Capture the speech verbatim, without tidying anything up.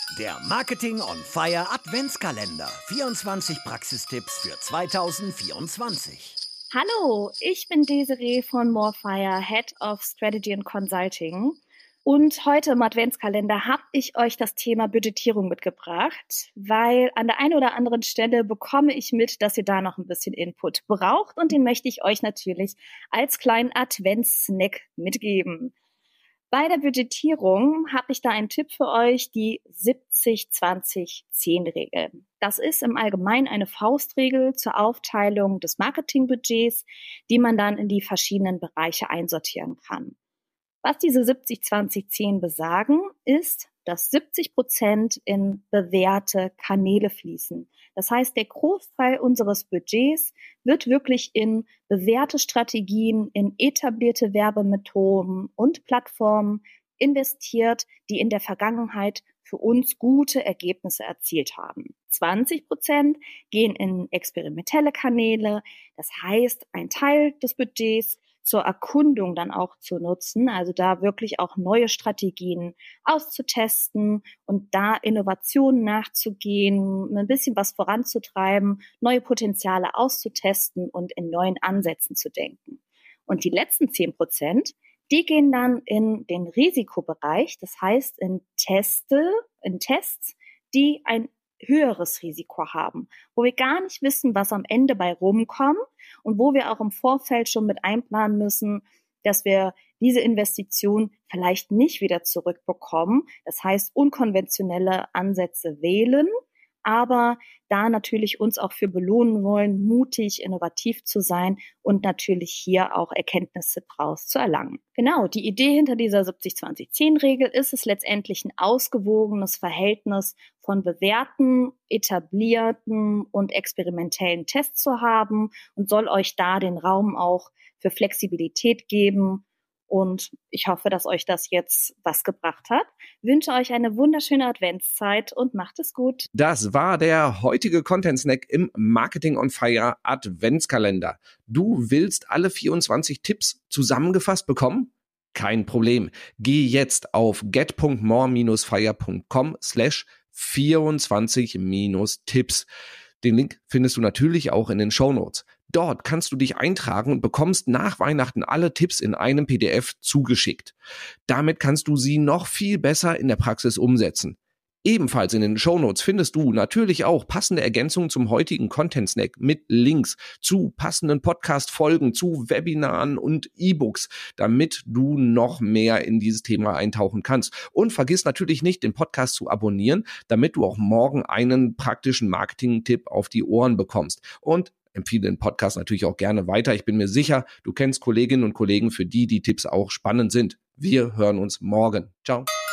Der Marketing on Fire Adventskalender. vierundzwanzig Praxistipps für zweitausendvierundzwanzig. Hallo, ich bin Desiree von Morefire, Head of Strategy and Consulting. Und heute im Adventskalender habe ich euch das Thema Budgetierung mitgebracht, weil an der einen oder anderen Stelle bekomme ich mit, dass ihr da noch ein bisschen Input braucht und den möchte ich euch natürlich als kleinen Adventssnack mitgeben. Bei der Budgetierung habe ich da einen Tipp für euch, die siebzig zwanzig zehn Regel. Das ist im Allgemeinen eine Faustregel zur Aufteilung des Marketingbudgets, die man dann in die verschiedenen Bereiche einsortieren kann. Was diese siebzig zwanzig zehn besagen, ist, dass siebzig Prozent in bewährte Kanäle fließen. Das heißt, der Großteil unseres Budgets wird wirklich in bewährte Strategien, in etablierte Werbemethoden und Plattformen investiert, die in der Vergangenheit für uns gute Ergebnisse erzielt haben. zwanzig Prozent gehen in experimentelle Kanäle. Das heißt, ein Teil des Budgets zur Erkundung dann auch zu nutzen, also da wirklich auch neue Strategien auszutesten und da Innovationen nachzugehen, ein bisschen was voranzutreiben, neue Potenziale auszutesten und in neuen Ansätzen zu denken. Und die letzten zehn Prozent, die gehen dann in den Risikobereich, das heißt in Teste, in Tests, die ein höheres Risiko haben, wo wir gar nicht wissen, was am Ende bei rumkommt und wo wir auch im Vorfeld schon mit einplanen müssen, dass wir diese Investition vielleicht nicht wieder zurückbekommen. Das heißt, unkonventionelle Ansätze wählen, aber da natürlich uns auch für belohnen wollen, mutig, innovativ zu sein und natürlich hier auch Erkenntnisse draus zu erlangen. Genau, die Idee hinter dieser siebzig zwanzig zehn Regel ist es letztendlich ein ausgewogenes Verhältnis von bewährten, etablierten und experimentellen Tests zu haben und soll euch da den Raum auch für Flexibilität geben. Und ich hoffe, dass euch das jetzt was gebracht hat. Ich wünsche euch eine wunderschöne Adventszeit und macht es gut. Das war der heutige Content-Snack im Marketing on Fire Adventskalender. Du willst alle vierundzwanzig Tipps zusammengefasst bekommen? Kein Problem. Geh jetzt auf get.more-fire.com slash 24 Tipps. Den Link findest du natürlich auch in den Shownotes. Dort kannst du dich eintragen und bekommst nach Weihnachten alle Tipps in einem P D F zugeschickt. Damit kannst du sie noch viel besser in der Praxis umsetzen. Ebenfalls in den Shownotes findest du natürlich auch passende Ergänzungen zum heutigen Content-Snack mit Links zu passenden Podcast-Folgen, zu Webinaren und E-Books, damit du noch mehr in dieses Thema eintauchen kannst. Und vergiss natürlich nicht, den Podcast zu abonnieren, damit du auch morgen einen praktischen Marketing-Tipp auf die Ohren bekommst. Und empfehle den Podcast natürlich auch gerne weiter. Ich bin mir sicher, du kennst Kolleginnen und Kollegen, für die die Tipps auch spannend sind. Wir hören uns morgen. Ciao.